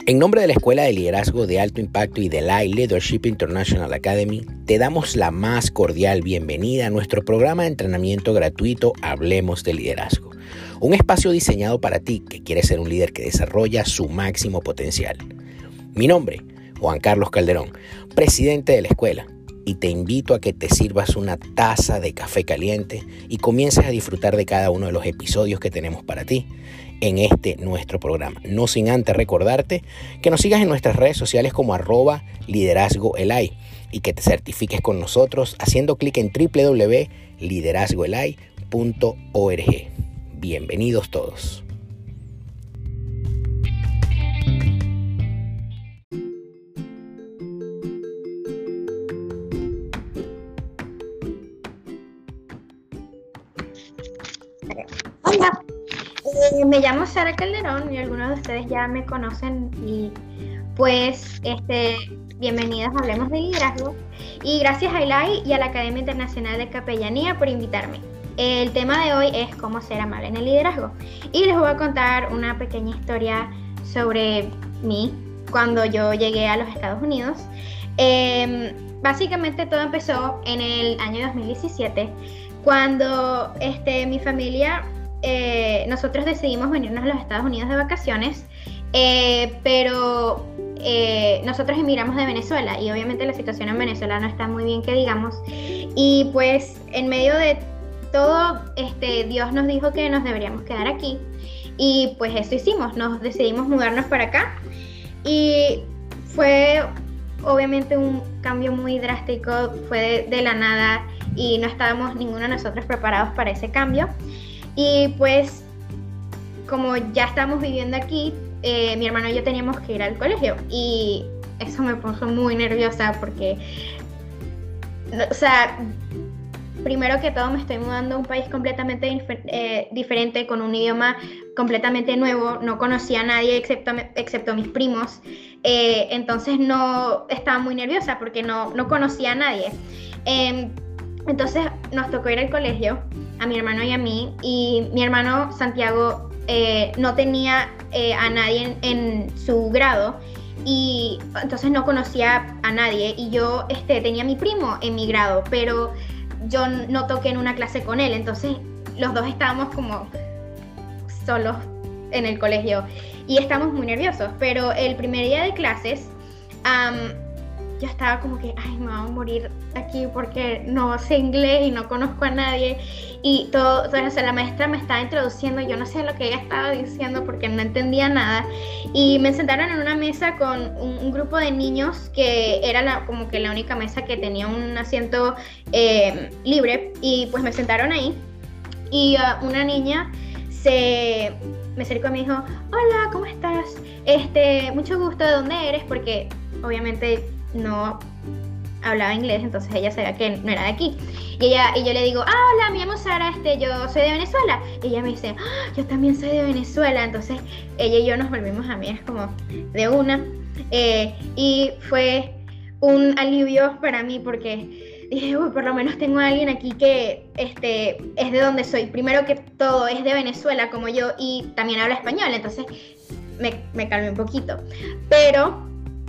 En nombre de la Escuela de Liderazgo de Alto Impacto y de la Leadership International Academy, te damos la más cordial bienvenida a nuestro programa de entrenamiento gratuito Hablemos de Liderazgo, un espacio diseñado para ti que quieres ser un líder que desarrolla su máximo potencial. Mi nombre, Juan Carlos Calderón, presidente de la escuela, y te invito a que te sirvas una taza de café caliente y comiences a disfrutar de cada uno de los episodios que tenemos para ti en nuestro programa. No sin antes recordarte que nos sigas en nuestras redes sociales como @liderazgoelai y que te certifiques con nosotros haciendo clic en www.liderazgoelai.org. Bienvenidos todos. Hola, me llamo Sara Calderón y algunos de ustedes ya me conocen y pues bienvenidas a Hablemos de Liderazgo y gracias a ELAI y a la Academia Internacional de Capellanía por invitarme. El tema de hoy es cómo ser amable en el liderazgo y les voy a contar una pequeña historia sobre mí cuando yo llegué a los Estados Unidos. Básicamente todo empezó en el año 2017 cuando mi familia, nosotros decidimos venirnos a los Estados Unidos de vacaciones, pero nosotros emigramos de Venezuela y obviamente la situación en Venezuela no está muy bien que digamos, y pues en medio de todo Dios nos dijo que nos deberíamos quedar aquí y pues eso hicimos, nos decidimos mudarnos para acá y fue obviamente un cambio muy drástico, fue de la nada y no estábamos ninguno de nosotros preparados para ese cambio. Y pues como ya estamos viviendo aquí, mi hermano y yo teníamos que ir al colegio y eso me puso muy nerviosa porque, o sea, primero que todo me estoy mudando a un país completamente diferente, con un idioma completamente nuevo, no conocía a nadie excepto mis primos, entonces no estaba muy nerviosa porque no conocía a nadie. Entonces nos tocó ir al colegio, a mi hermano y a mí, y mi hermano Santiago no tenía a nadie en su grado y entonces no conocía a nadie y yo tenía a mi primo en mi grado, pero yo no toqué en una clase con él, entonces los dos estábamos como solos en el colegio y estábamos muy nerviosos, pero el primer día de clases yo estaba como que, ay, me voy a morir aquí porque no sé inglés y no conozco a nadie y todo, o sea, la maestra me estaba introduciendo, yo no sé lo que ella estaba diciendo porque no entendía nada y me sentaron en una mesa con un grupo de niños que era como que la única mesa que tenía un asiento libre y pues me sentaron ahí y una niña me acercó y me dijo, hola, ¿cómo estás? Mucho gusto, ¿de dónde eres? Porque obviamente no hablaba inglés, entonces ella sabía que no era de aquí. Y yo le digo, hola, me llamo Sara, yo soy de Venezuela. Y ella me dice, yo también soy de Venezuela. Entonces ella y yo nos volvimos amigas como de una. Y fue un alivio para mí porque dije, uy, por lo menos tengo a alguien aquí que es de donde soy. Primero que todo es de Venezuela como yo y también habla español, entonces me calmé un poquito. Pero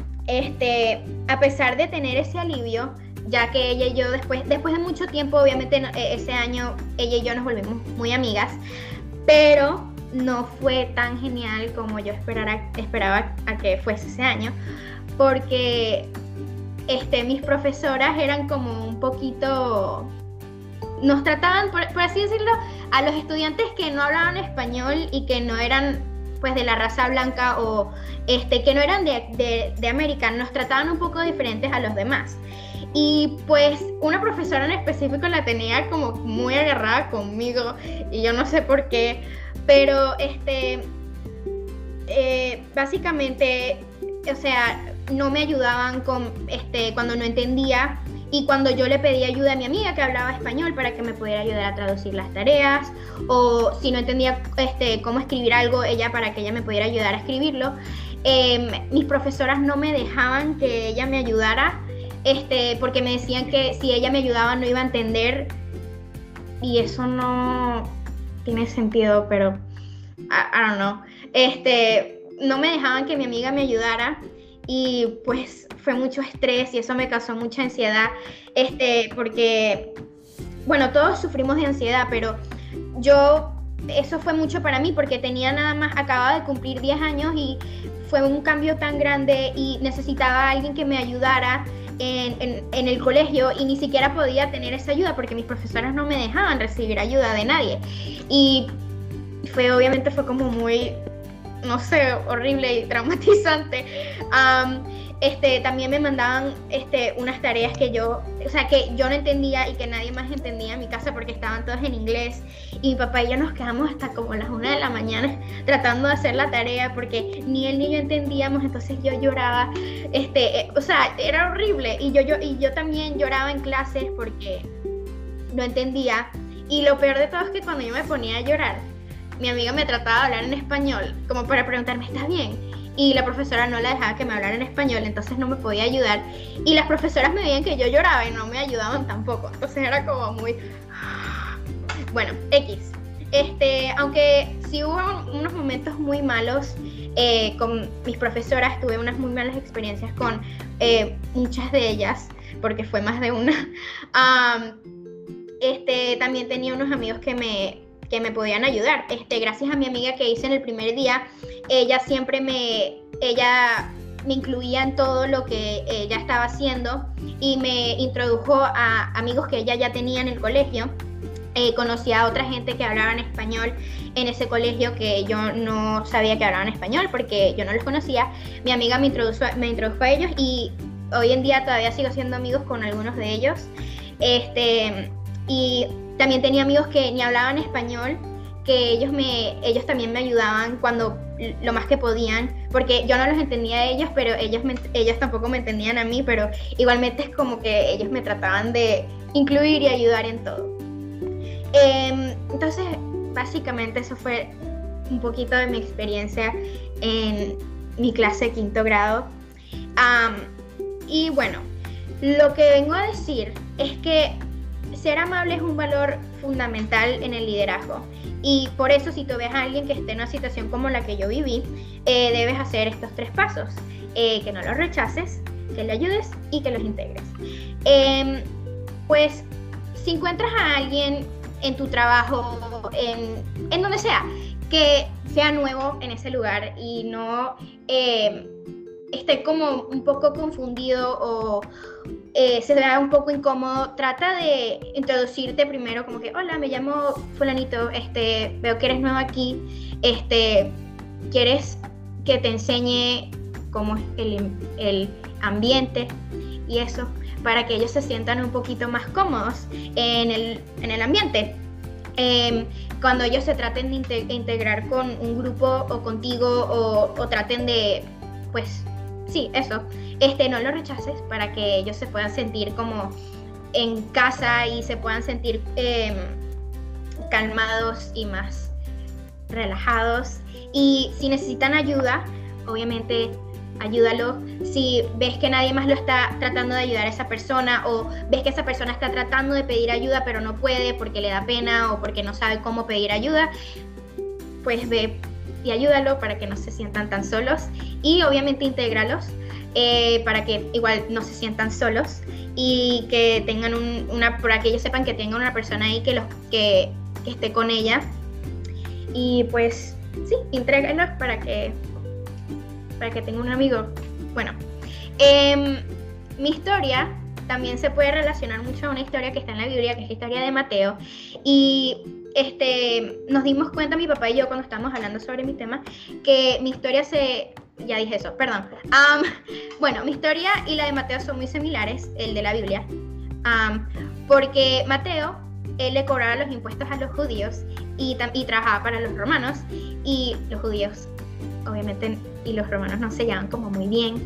a pesar de tener ese alivio, ya que ella y yo después de mucho tiempo, obviamente ese año ella y yo nos volvimos muy amigas, pero no fue tan genial como yo esperaba a que fuese ese año, porque mis profesoras eran como un poquito, nos trataban, por así decirlo, a los estudiantes que no hablaban español y que no eran pues de la raza blanca o que no eran de América, nos trataban un poco diferentes a los demás. Y pues una profesora en específico la tenía como muy agarrada conmigo y yo no sé por qué, pero básicamente, o sea, no me ayudaban cuando no entendía. Y cuando yo le pedí ayuda a mi amiga que hablaba español para que me pudiera ayudar a traducir las tareas, o si no entendía cómo escribir algo, para que ella me pudiera ayudar a escribirlo, mis profesoras no me dejaban que ella me ayudara, porque me decían que si ella me ayudaba no iba a entender, y eso no tiene sentido, pero I don't know. no me dejaban que mi amiga me ayudara y pues fue mucho estrés y eso me causó mucha ansiedad, porque, bueno, todos sufrimos de ansiedad, pero eso fue mucho para mí porque acababa de cumplir 10 años y fue un cambio tan grande y necesitaba a alguien que me ayudara en el colegio y ni siquiera podía tener esa ayuda porque mis profesoras no me dejaban recibir ayuda de nadie. Y obviamente fue como muy, no sé, horrible y traumatizante. También me mandaban unas tareas que yo no entendía y que nadie más entendía en mi casa porque estaban todas en inglés, y mi papá y yo nos quedamos hasta como las 1 de la mañana tratando de hacer la tarea porque ni él ni yo entendíamos. Entonces yo lloraba, era horrible, y yo también lloraba en clases porque no entendía. Y lo peor de todo es que cuando yo me ponía a llorar, mi amiga me trataba de hablar en español como para preguntarme, ¿estás bien? Y la profesora no la dejaba que me hablara en español, entonces no me podía ayudar. Y las profesoras me veían que yo lloraba y no me ayudaban tampoco. Entonces era como muy... Bueno, X. Aunque sí hubo unos momentos muy malos con mis profesoras, tuve unas muy malas experiencias con muchas de ellas, porque fue más de una. También tenía unos amigos que me podían ayudar. Gracias a mi amiga que hice en el primer día, ella me incluía en todo lo que ella estaba haciendo y me introdujo a amigos que ella ya tenía en el colegio. Conocí a otra gente que hablaban español en ese colegio que yo no sabía que hablaban español porque yo no los conocía. Mi amiga me introdujo a ellos y hoy en día todavía sigo siendo amigos con algunos de ellos. Y también tenía amigos que ni hablaban español, que ellos también me ayudaban cuando lo más que podían, porque yo no los entendía a ellos, pero ellos tampoco me entendían a mí, pero igualmente es como que ellos me trataban de incluir y ayudar en todo. Entonces, básicamente eso fue un poquito de mi experiencia en mi clase de 5º grado. Y bueno, lo que vengo a decir es que ser amable es un valor fundamental en el liderazgo, y por eso si tú ves a alguien que esté en una situación como la que yo viví, debes hacer estos 3 pasos: que no los rechaces, que le ayudes y que los integres. Pues si encuentras a alguien en tu trabajo, en donde sea, que sea nuevo en ese lugar y no esté como un poco confundido o se vea un poco incómodo, trata de introducirte primero como que: hola, me llamo fulanito, veo que eres nuevo aquí, ¿quieres que te enseñe cómo es el ambiente? Y eso, para que ellos se sientan un poquito más cómodos en el ambiente. Cuando ellos se traten de integrar con un grupo o contigo o traten de, pues, sí, eso, no lo rechaces, para que ellos se puedan sentir como en casa y se puedan sentir calmados y más relajados. Y si necesitan ayuda, obviamente ayúdalo. Si ves que nadie más lo está tratando de ayudar a esa persona, o ves que esa persona está tratando de pedir ayuda pero no puede porque le da pena o porque no sabe cómo pedir ayuda, pues ve y ayúdalo para que no se sientan tan solos, y obviamente intégralos para que igual no se sientan solos y que tengan para que ellos sepan que tengan una persona ahí que esté con ella. Y pues sí, intrégalos para que tenga un amigo. Bueno, mi historia también se puede relacionar mucho a una historia que está en la Biblia, que es la historia de Mateo. Y nos dimos cuenta, mi papá y yo, cuando estábamos hablando sobre mi tema, que mi historia ya dije eso, perdón. Bueno, mi historia y la de Mateo son muy similares, el de la Biblia, porque Mateo, él le cobraba los impuestos a los judíos y trabajaba para los romanos, y los judíos obviamente y los romanos no se llevan como muy bien,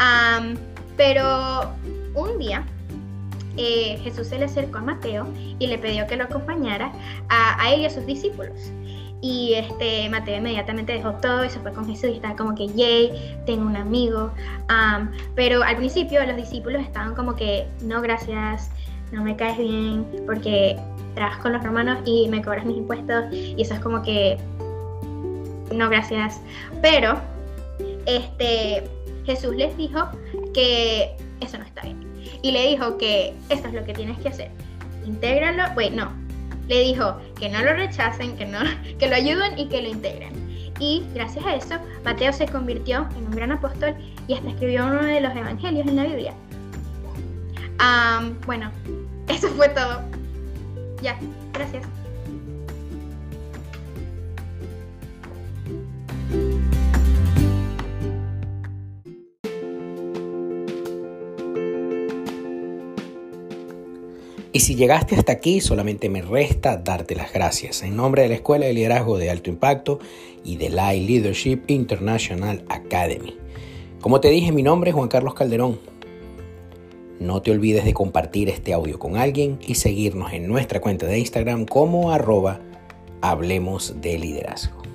pero un día Jesús se le acercó a Mateo y le pidió que lo acompañara a él y a sus discípulos. Y Mateo inmediatamente dejó todo y se fue con Jesús, y estaba como que: yay, tengo un amigo. Pero al principio los discípulos estaban como que: no, gracias, no me caes bien porque trabajas con los romanos y me cobras mis impuestos, y eso es como que: no, gracias. Pero Jesús les dijo que eso no está bien. Y le dijo que eso es lo que tienes que hacer. Intégralo. Le dijo que no lo rechacen, que lo ayuden y que lo integren. Y gracias a eso, Mateo se convirtió en un gran apóstol y hasta escribió uno de los evangelios en la Biblia. Eso fue todo. Ya, gracias. Y si llegaste hasta aquí, solamente me resta darte las gracias en nombre de la Escuela de Liderazgo de Alto Impacto y de la Leadership International Academy. Como te dije, mi nombre es Juan Carlos Calderón. No te olvides de compartir este audio con alguien y seguirnos en nuestra cuenta de Instagram como @Hablemos de Liderazgo.